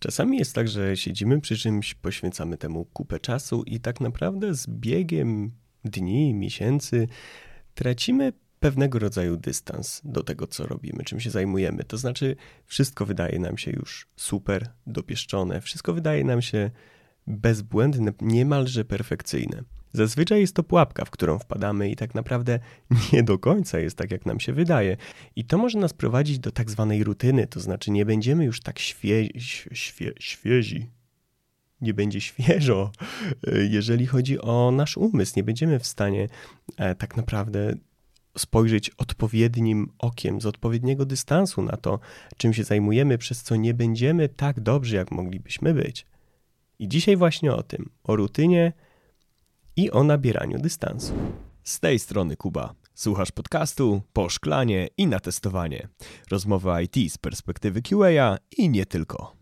Czasami jest tak, że siedzimy przy czymś, poświęcamy temu kupę czasu i tak naprawdę z biegiem dni, miesięcy tracimy pewnego rodzaju dystans do tego, co robimy, czym się zajmujemy. To znaczy, wszystko wydaje nam się już super dopieszczone, wszystko wydaje nam się bezbłędne, niemalże perfekcyjne. Zazwyczaj jest to pułapka, w którą wpadamy i tak naprawdę nie do końca jest tak, jak nam się wydaje. I to może nas prowadzić do tak zwanej rutyny, to znaczy nie będziemy już tak świezi. Nie będzie świeżo, jeżeli chodzi o nasz umysł. Nie będziemy w stanie tak naprawdę spojrzeć odpowiednim okiem, z odpowiedniego dystansu na to, czym się zajmujemy, przez co nie będziemy tak dobrzy, jak moglibyśmy być. I dzisiaj właśnie o tym, o rutynie i o nabieraniu dystansu. Z tej strony Kuba. Słuchasz podcastu Po szklanie i na testowanie. Rozmowy IT z perspektywy QA i nie tylko.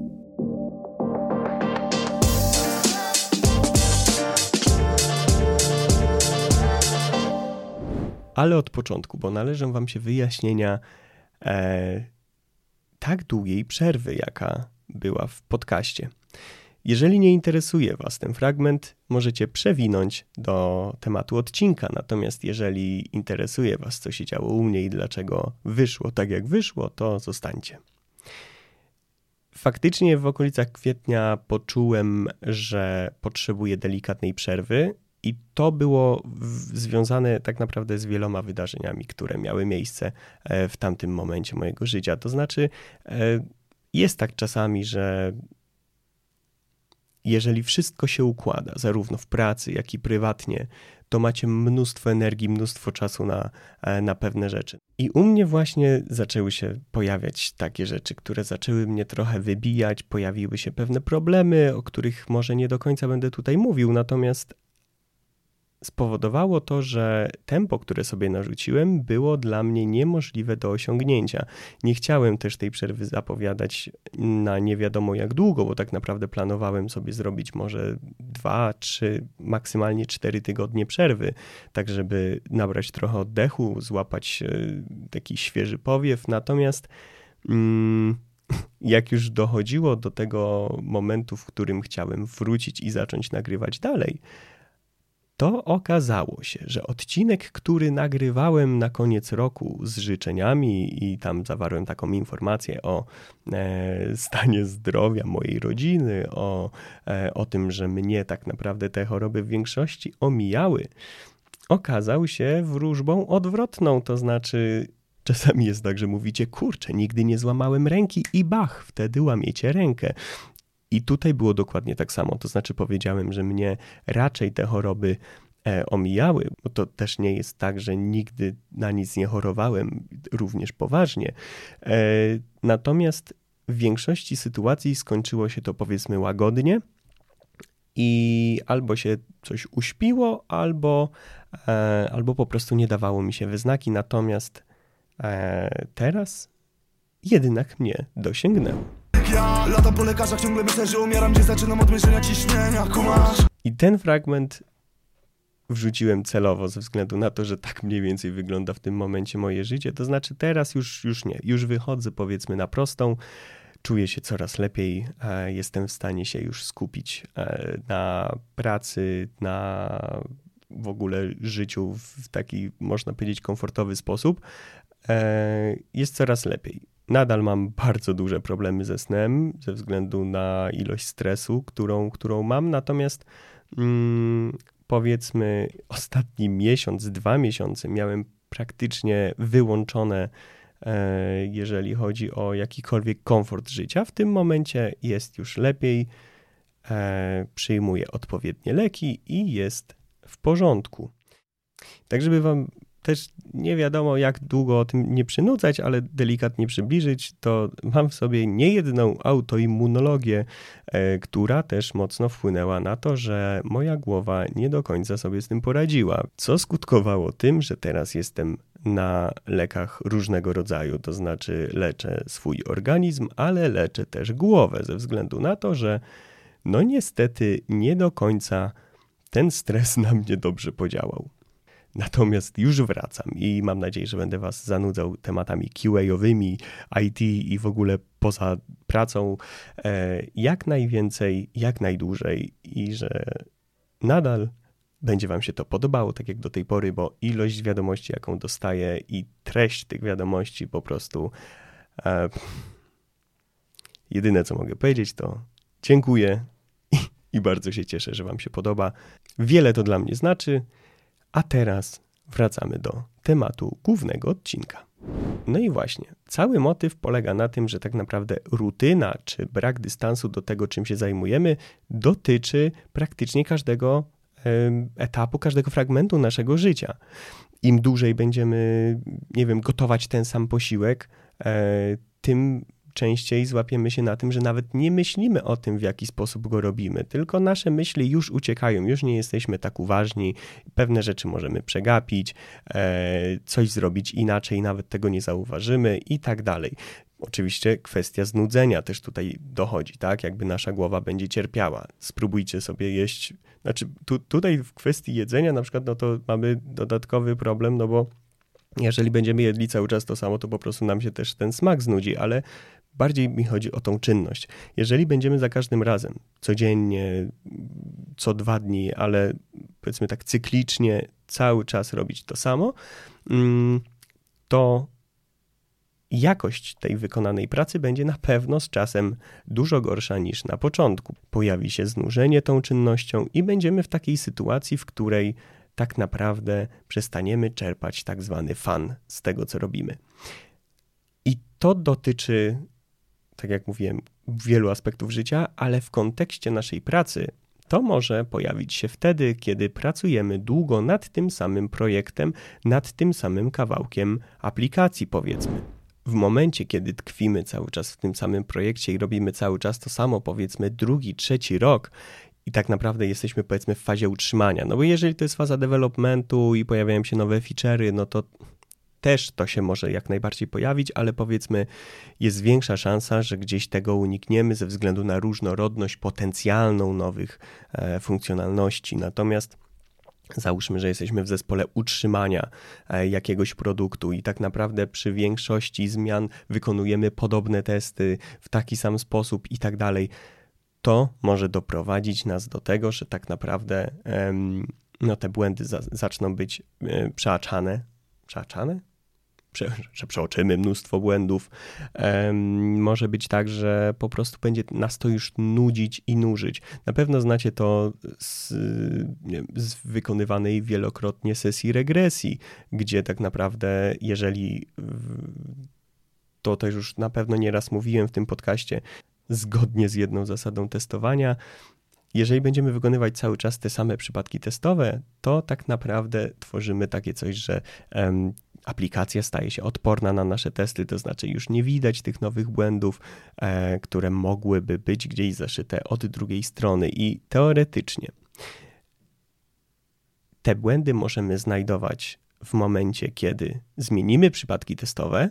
Ale od początku, bo należą wam się wyjaśnienia tak długiej przerwy, jaka była w podcaście. Jeżeli nie interesuje was ten fragment, możecie przewinąć do tematu odcinka. Natomiast jeżeli interesuje was, co się działo u mnie i dlaczego wyszło tak, jak wyszło, to zostańcie. Faktycznie w okolicach kwietnia poczułem, że potrzebuję delikatnej przerwy i to było związane tak naprawdę z wieloma wydarzeniami, które miały miejsce w tamtym momencie mojego życia. To znaczy jest tak czasami, że jeżeli wszystko się układa, zarówno w pracy, jak i prywatnie, to macie mnóstwo energii, mnóstwo czasu na pewne rzeczy. I u mnie właśnie zaczęły się pojawiać takie rzeczy, które zaczęły mnie trochę wybijać, pojawiły się pewne problemy, o których może nie do końca będę tutaj mówił, natomiast spowodowało to, że tempo, które sobie narzuciłem, było dla mnie niemożliwe do osiągnięcia. Nie chciałem też tej przerwy zapowiadać na nie wiadomo jak długo, bo tak naprawdę planowałem sobie zrobić może 2, 3, maksymalnie 4 tygodnie przerwy, tak żeby nabrać trochę oddechu, złapać taki świeży powiew. Natomiast jak już dochodziło do tego momentu, w którym chciałem wrócić i zacząć nagrywać dalej, to okazało się, że odcinek, który nagrywałem na koniec roku z życzeniami i tam zawarłem taką informację o stanie zdrowia mojej rodziny, o tym, że mnie tak naprawdę te choroby w większości omijały, okazał się wróżbą odwrotną, to znaczy czasami jest tak, że mówicie, kurczę, nigdy nie złamałem ręki i bach, wtedy łamiecie rękę. I tutaj było dokładnie tak samo, to znaczy powiedziałem, że mnie raczej te choroby omijały, bo to też nie jest tak, że nigdy na nic nie chorowałem, również poważnie. Natomiast w większości sytuacji skończyło się to powiedzmy łagodnie i albo się coś uśpiło, albo po prostu nie dawało mi się we znaki, natomiast teraz jednak mnie dosięgnęło. Ja latam po lekarzach, ciągle myślę, że umieram, gdzie zaczynam od mierzenia ciśnienia, kumasz? I ten fragment wrzuciłem celowo ze względu na to, że tak mniej więcej wygląda w tym momencie moje życie. To znaczy teraz już nie, już wychodzę powiedzmy na prostą, czuję się coraz lepiej, jestem w stanie się już skupić na pracy, na w ogóle życiu w taki, można powiedzieć, komfortowy sposób. Jest coraz lepiej. Nadal mam bardzo duże problemy ze snem ze względu na ilość stresu, którą mam, natomiast powiedzmy ostatni miesiąc, 2 miesiące miałem praktycznie wyłączone, jeżeli chodzi o jakikolwiek komfort życia. W tym momencie jest już lepiej, przyjmuję odpowiednie leki i jest w porządku. Tak, żeby wam też nie wiadomo jak długo o tym nie przynudzać, ale delikatnie przybliżyć, to mam w sobie niejedną autoimmunologię, która też mocno wpłynęła na to, że moja głowa nie do końca sobie z tym poradziła, co skutkowało tym, że teraz jestem na lekach różnego rodzaju, to znaczy leczę swój organizm, ale leczę też głowę ze względu na to, że no niestety nie do końca ten stres na mnie dobrze podziałał. Natomiast już wracam i mam nadzieję, że będę was zanudzał tematami QA-owymi, IT i w ogóle poza pracą jak najwięcej, jak najdłużej i że nadal będzie wam się to podobało, tak jak do tej pory, bo ilość wiadomości, jaką dostaję i treść tych wiadomości po prostu jedyne, co mogę powiedzieć, to dziękuję i bardzo się cieszę, że wam się podoba. Wiele to dla mnie znaczy, a teraz wracamy do tematu głównego odcinka. No i właśnie, cały motyw polega na tym, że tak naprawdę rutyna czy brak dystansu do tego, czym się zajmujemy, dotyczy praktycznie każdego etapu, każdego fragmentu naszego życia. Im dłużej będziemy, nie wiem, gotować ten sam posiłek, tym częściej złapiemy się na tym, że nawet nie myślimy o tym, w jaki sposób go robimy, tylko nasze myśli już uciekają, już nie jesteśmy tak uważni, pewne rzeczy możemy przegapić, coś zrobić inaczej, nawet tego nie zauważymy i tak dalej. Oczywiście kwestia znudzenia też tutaj dochodzi, tak? Jakby nasza głowa będzie cierpiała. Spróbujcie sobie jeść, znaczy tutaj w kwestii jedzenia na przykład, no to mamy dodatkowy problem, no bo jeżeli będziemy jedli cały czas to samo, to po prostu nam się też ten smak znudzi, ale bardziej mi chodzi o tą czynność. Jeżeli będziemy za każdym razem, codziennie, co 2 dni, ale powiedzmy tak cyklicznie cały czas robić to samo, to jakość tej wykonanej pracy będzie na pewno z czasem dużo gorsza niż na początku. Pojawi się znużenie tą czynnością i będziemy w takiej sytuacji, w której tak naprawdę przestaniemy czerpać tak zwany fan z tego, co robimy. I to dotyczy, tak jak mówiłem, wielu aspektów życia, ale w kontekście naszej pracy to może pojawić się wtedy, kiedy pracujemy długo nad tym samym projektem, nad tym samym kawałkiem aplikacji, powiedzmy. W momencie, kiedy tkwimy cały czas w tym samym projekcie i robimy cały czas to samo, powiedzmy 2., 3 rok, i tak naprawdę jesteśmy, powiedzmy, w fazie utrzymania. No bo jeżeli to jest faza developmentu i pojawiają się nowe feature'y, no to też to się może jak najbardziej pojawić, ale powiedzmy jest większa szansa, że gdzieś tego unikniemy ze względu na różnorodność potencjalną nowych funkcjonalności. Natomiast załóżmy, że jesteśmy w zespole utrzymania jakiegoś produktu i tak naprawdę przy większości zmian wykonujemy podobne testy w taki sam sposób i tak dalej. To może doprowadzić nas do tego, że tak naprawdę no, te błędy zaczną być przeaczane? Że przeoczymy mnóstwo błędów. Może być tak, że po prostu będzie nas to już nudzić i nużyć. Na pewno znacie to z wykonywanej wielokrotnie sesji regresji, gdzie tak naprawdę, jeżeli to też już na pewno nieraz mówiłem w tym podcaście, zgodnie z jedną zasadą testowania, jeżeli będziemy wykonywać cały czas te same przypadki testowe, to tak naprawdę tworzymy takie coś, że aplikacja staje się odporna na nasze testy, to znaczy już nie widać tych nowych błędów, które mogłyby być gdzieś zaszyte od drugiej strony i teoretycznie te błędy możemy znajdować w momencie, kiedy zmienimy przypadki testowe,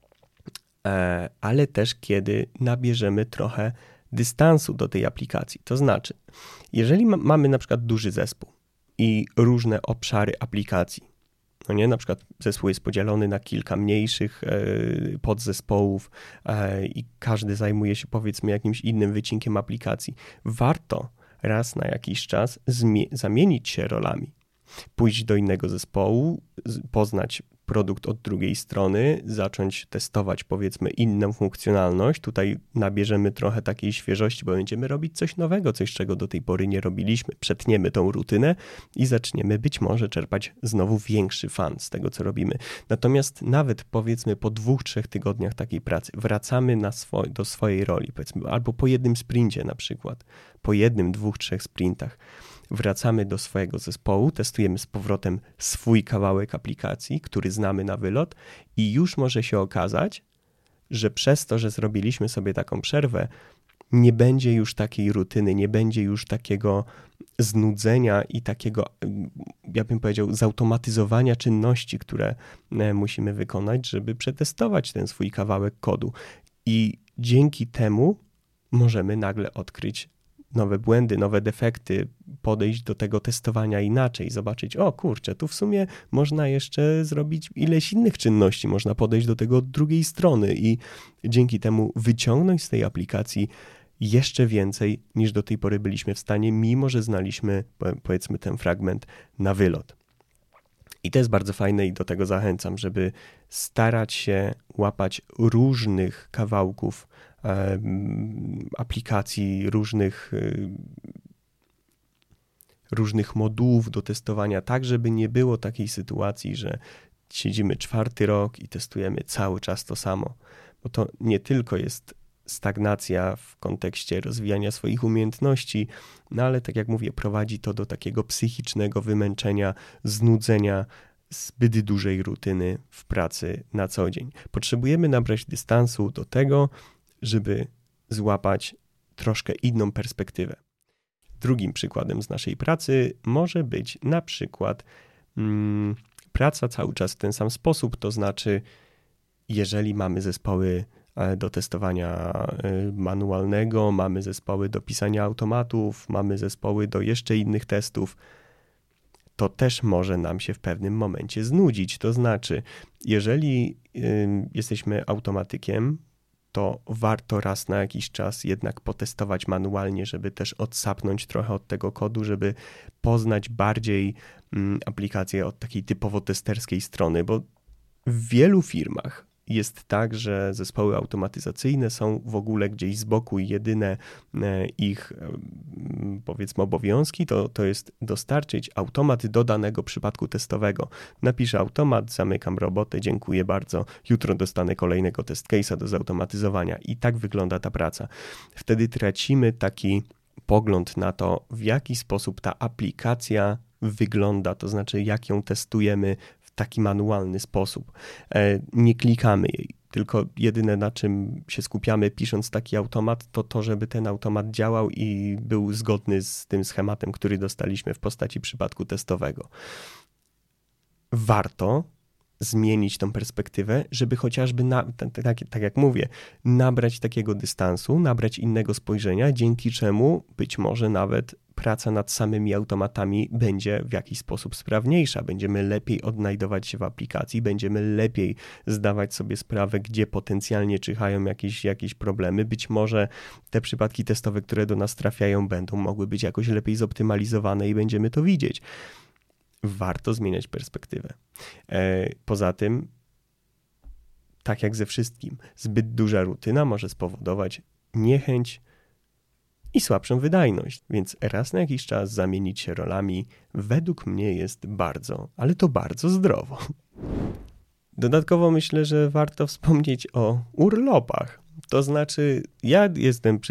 ale też kiedy nabierzemy trochę dystansu do tej aplikacji. To znaczy, jeżeli mamy na przykład duży zespół i różne obszary aplikacji, no nie, na przykład zespół jest podzielony na kilka mniejszych podzespołów i każdy zajmuje się, powiedzmy, jakimś innym wycinkiem aplikacji, warto raz na jakiś czas zamienić się rolami, pójść do innego zespołu, poznać produkt od drugiej strony, zacząć testować, powiedzmy, inną funkcjonalność. Tutaj nabierzemy trochę takiej świeżości, bo będziemy robić coś nowego, coś, czego do tej pory nie robiliśmy. Przetniemy tą rutynę i zaczniemy być może czerpać znowu większy fan z tego, co robimy. Natomiast nawet, powiedzmy, po 2-3 tygodniach takiej pracy wracamy do swojej roli, powiedzmy, albo po jednym sprincie na przykład, po 1, 2, 3 sprintach. Wracamy do swojego zespołu, testujemy z powrotem swój kawałek aplikacji, który znamy na wylot i już może się okazać, że przez to, że zrobiliśmy sobie taką przerwę, nie będzie już takiej rutyny, nie będzie już takiego znudzenia i takiego, ja bym powiedział, zautomatyzowania czynności, które musimy wykonać, żeby przetestować ten swój kawałek kodu. I dzięki temu możemy nagle odkryć nowe błędy, nowe defekty, podejść do tego testowania inaczej, zobaczyć, o kurczę, tu w sumie można jeszcze zrobić ileś innych czynności, można podejść do tego od drugiej strony i dzięki temu wyciągnąć z tej aplikacji jeszcze więcej niż do tej pory byliśmy w stanie, mimo że znaliśmy, powiedzmy, ten fragment na wylot. I to jest bardzo fajne i do tego zachęcam, żeby starać się łapać różnych kawałków aplikacji, różnych modułów do testowania, tak żeby nie było takiej sytuacji, że siedzimy 4. rok i testujemy cały czas to samo, bo to nie tylko jest stagnacja w kontekście rozwijania swoich umiejętności, no ale tak jak mówię, prowadzi to do takiego psychicznego wymęczenia, znudzenia, zbyt dużej rutyny w pracy na co dzień. Potrzebujemy nabrać dystansu do tego, żeby złapać troszkę inną perspektywę. Drugim przykładem z naszej pracy może być na przykład praca cały czas w ten sam sposób, to znaczy jeżeli mamy zespoły do testowania manualnego, mamy zespoły do pisania automatów, mamy zespoły do jeszcze innych testów, to też może nam się w pewnym momencie znudzić. To znaczy, jeżeli jesteśmy automatykiem, to warto raz na jakiś czas jednak potestować manualnie, żeby też odsapnąć trochę od tego kodu, żeby poznać bardziej aplikację od takiej typowo testerskiej strony, bo w wielu firmach jest tak, że zespoły automatyzacyjne są w ogóle gdzieś z boku i jedyne ich, powiedzmy, obowiązki to jest dostarczyć automat do danego przypadku testowego. Napiszę automat, zamykam robotę, dziękuję bardzo, jutro dostanę kolejnego test case'a do zautomatyzowania i tak wygląda ta praca. Wtedy tracimy taki pogląd na to, w jaki sposób ta aplikacja wygląda, to znaczy jak ją testujemy w taki manualny sposób. Nie klikamy jej, tylko jedyne na czym się skupiamy pisząc taki automat to żeby ten automat działał i był zgodny z tym schematem, który dostaliśmy w postaci przypadku testowego. Warto zmienić tą perspektywę, żeby chociażby, tak jak mówię, nabrać takiego dystansu, nabrać innego spojrzenia, dzięki czemu być może nawet praca nad samymi automatami będzie w jakiś sposób sprawniejsza. Będziemy lepiej odnajdować się w aplikacji, będziemy lepiej zdawać sobie sprawę, gdzie potencjalnie czyhają jakieś problemy. Być może te przypadki testowe, które do nas trafiają, będą mogły być jakoś lepiej zoptymalizowane i będziemy to widzieć. Warto zmieniać perspektywę. Poza tym, tak jak ze wszystkim, zbyt duża rutyna może spowodować niechęć i słabszą wydajność, więc raz na jakiś czas zamienić się rolami według mnie jest bardzo, ale to bardzo zdrowo. Dodatkowo myślę, że warto wspomnieć o urlopach. To znaczy, ja jestem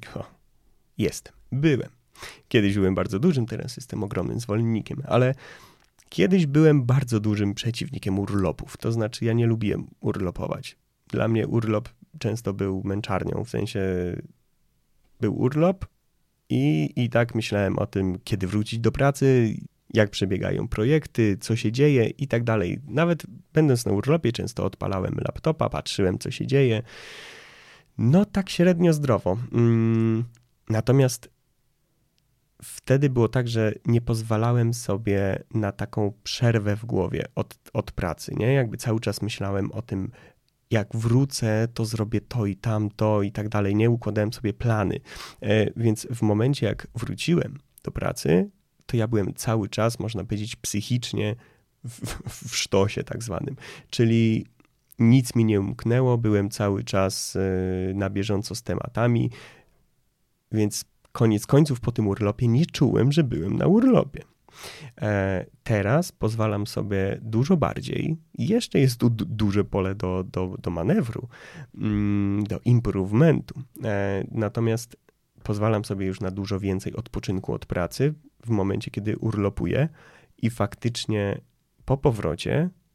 byłem. Kiedyś byłem bardzo dużym, teraz jestem ogromnym zwolennikiem, ale kiedyś byłem bardzo dużym przeciwnikiem urlopów. To znaczy, ja nie lubiłem urlopować. Dla mnie urlop często był męczarnią, w sensie był urlop i tak myślałem o tym, kiedy wrócić do pracy, jak przebiegają projekty, co się dzieje i tak dalej. Nawet będąc na urlopie często odpalałem laptopa, patrzyłem, co się dzieje. No tak średnio zdrowo. Natomiast wtedy było tak, że nie pozwalałem sobie na taką przerwę w głowie od pracy, nie? Jakby cały czas myślałem o tym, jak wrócę, to zrobię to i tamto i tak dalej. Nie układałem sobie plany. Więc w momencie, jak wróciłem do pracy, to ja byłem cały czas, można powiedzieć, psychicznie w sztosie tak zwanym. Czyli nic mi nie umknęło, byłem cały czas na bieżąco z tematami, więc koniec końców po tym urlopie nie czułem, że byłem na urlopie. Teraz pozwalam sobie dużo bardziej, jeszcze jest tu duże pole do manewru, do improvementu, natomiast pozwalam sobie już na dużo więcej odpoczynku od pracy w momencie, kiedy urlopuję i faktycznie po powrocie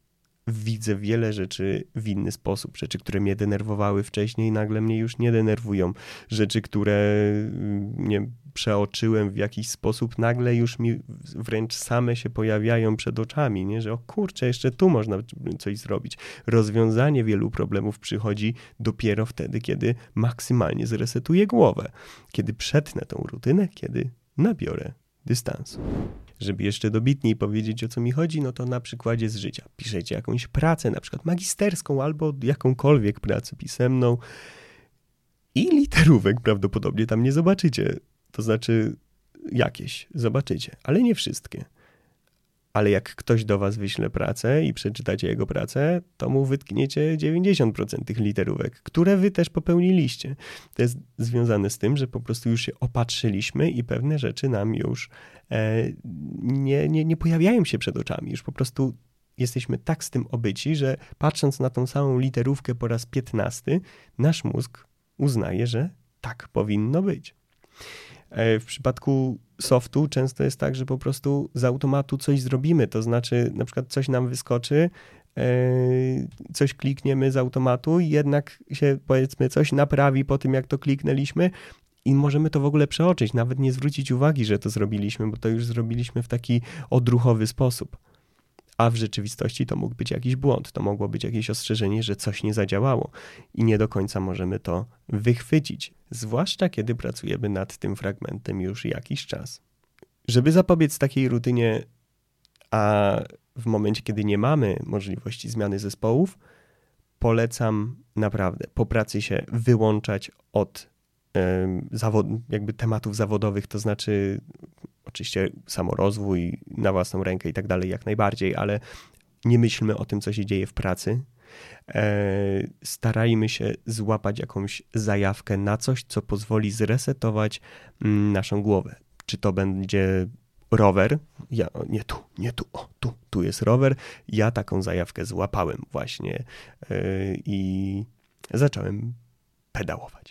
widzę wiele rzeczy w inny sposób. Rzeczy, które mnie denerwowały wcześniej, nagle mnie już nie denerwują. Rzeczy, które nie przeoczyłem w jakiś sposób, nagle już mi wręcz same się pojawiają przed oczami, nie? Że o kurczę, jeszcze tu można coś zrobić. Rozwiązanie wielu problemów przychodzi dopiero wtedy, kiedy maksymalnie zresetuję głowę. Kiedy przetnę tą rutynę, kiedy nabiorę dystansu. Żeby jeszcze dobitniej powiedzieć, o co mi chodzi, no to na przykładzie z życia. Piszecie jakąś pracę, na przykład magisterską albo jakąkolwiek pracę pisemną i literówek prawdopodobnie tam nie zobaczycie. To znaczy jakieś zobaczycie, ale nie wszystkie. Ale jak ktoś do was wyśle pracę i przeczytacie jego pracę, to mu wytkniecie 90% tych literówek, które wy też popełniliście. To jest związane z tym, że po prostu już się opatrzyliśmy i pewne rzeczy nam już nie pojawiają się przed oczami. Już po prostu jesteśmy tak z tym obyci, że patrząc na tą samą literówkę po raz 15, nasz mózg uznaje, że tak powinno być. W przypadku softu często jest tak, że po prostu z automatu coś zrobimy, to znaczy na przykład coś nam wyskoczy, coś klikniemy z automatu i jednak się powiedzmy coś naprawi po tym, jak to kliknęliśmy i możemy to w ogóle przeoczyć, nawet nie zwrócić uwagi, że to zrobiliśmy, bo to już zrobiliśmy w taki odruchowy sposób. A w rzeczywistości to mógł być jakiś błąd, to mogło być jakieś ostrzeżenie, że coś nie zadziałało i nie do końca możemy to wychwycić, zwłaszcza kiedy pracujemy nad tym fragmentem już jakiś czas. Żeby zapobiec takiej rutynie, a w momencie, kiedy nie mamy możliwości zmiany zespołów, polecam naprawdę po pracy się wyłączać od jakby tematów zawodowych, to znaczy oczywiście samorozwój na własną rękę i tak dalej, jak najbardziej, ale nie myślmy o tym, co się dzieje w pracy. Starajmy się złapać jakąś zajawkę na coś, co pozwoli zresetować naszą głowę. Czy to będzie rower? Tu jest rower. Ja taką zajawkę złapałem właśnie i zacząłem pedałować.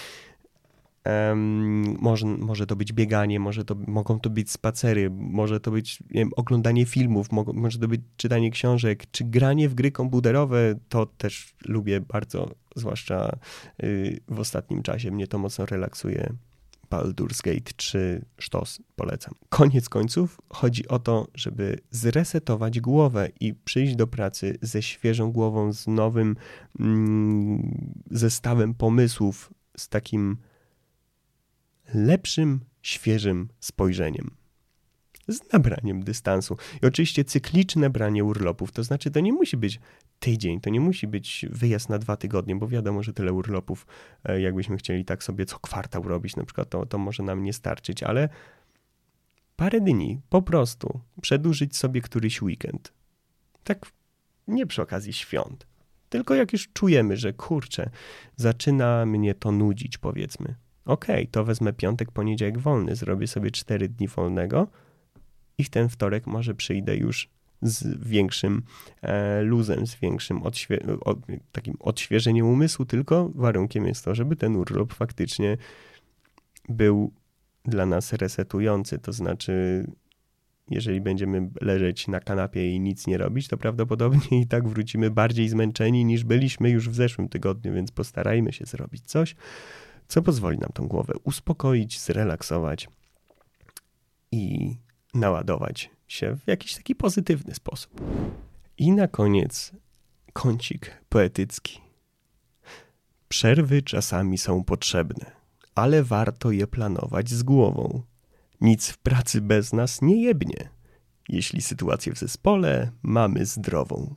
Może to być bieganie, mogą to być spacery, może to być oglądanie filmów, może to być czytanie książek, czy granie w gry komputerowe, to też lubię bardzo, zwłaszcza w ostatnim czasie mnie to mocno relaksuje. Baldur's Gate 3 sztos, polecam. Koniec końców chodzi o to, żeby zresetować głowę i przyjść do pracy ze świeżą głową, z nowym zestawem pomysłów, z takim lepszym, świeżym spojrzeniem. Z nabraniem dystansu. I oczywiście cykliczne branie urlopów, to znaczy to nie musi być tydzień, to nie musi być wyjazd na 2 tygodnie, bo wiadomo, że tyle urlopów, jakbyśmy chcieli tak sobie co kwartał robić, na przykład to może nam nie starczyć, ale parę dni po prostu przedłużyć sobie któryś weekend. Tak nie przy okazji świąt, tylko jak już czujemy, że kurczę, zaczyna mnie to nudzić, powiedzmy. Okej, to wezmę piątek, poniedziałek wolny, zrobię sobie 4 dni wolnego i w ten wtorek może przyjdę już z większym luzem, z większym takim odświeżeniem umysłu, tylko warunkiem jest to, żeby ten urlop faktycznie był dla nas resetujący, to znaczy jeżeli będziemy leżeć na kanapie i nic nie robić, to prawdopodobnie i tak wrócimy bardziej zmęczeni niż byliśmy już w zeszłym tygodniu, więc postarajmy się zrobić coś, co pozwoli nam tą głowę uspokoić, zrelaksować i naładować się w jakiś taki pozytywny sposób. I na koniec kącik poetycki. Przerwy czasami są potrzebne, ale warto je planować z głową. Nic w pracy bez nas nie jebnie, jeśli sytuację w zespole mamy zdrową.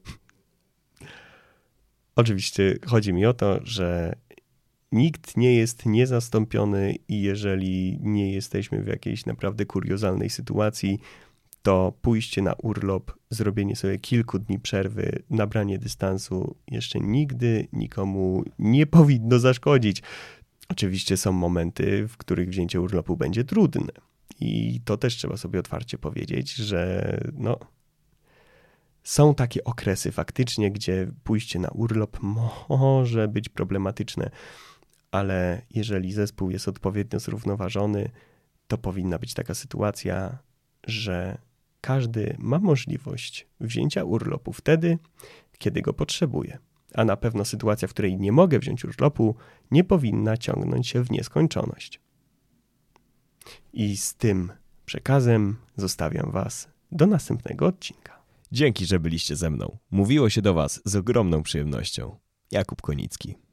Oczywiście chodzi mi o to, że nikt nie jest niezastąpiony i jeżeli nie jesteśmy w jakiejś naprawdę kuriozalnej sytuacji, to pójście na urlop, zrobienie sobie kilku dni przerwy, nabranie dystansu jeszcze nigdy nikomu nie powinno zaszkodzić. Oczywiście są momenty, w których wzięcie urlopu będzie trudne i to też trzeba sobie otwarcie powiedzieć, że są takie okresy faktycznie, gdzie pójście na urlop może być problematyczne, ale jeżeli zespół jest odpowiednio zrównoważony, to powinna być taka sytuacja, że każdy ma możliwość wzięcia urlopu wtedy, kiedy go potrzebuje. A na pewno sytuacja, w której nie mogę wziąć urlopu, nie powinna ciągnąć się w nieskończoność. I z tym przekazem zostawiam Was do następnego odcinka. Dzięki, że byliście ze mną. Mówiło się do Was z ogromną przyjemnością. Jakub Konicki.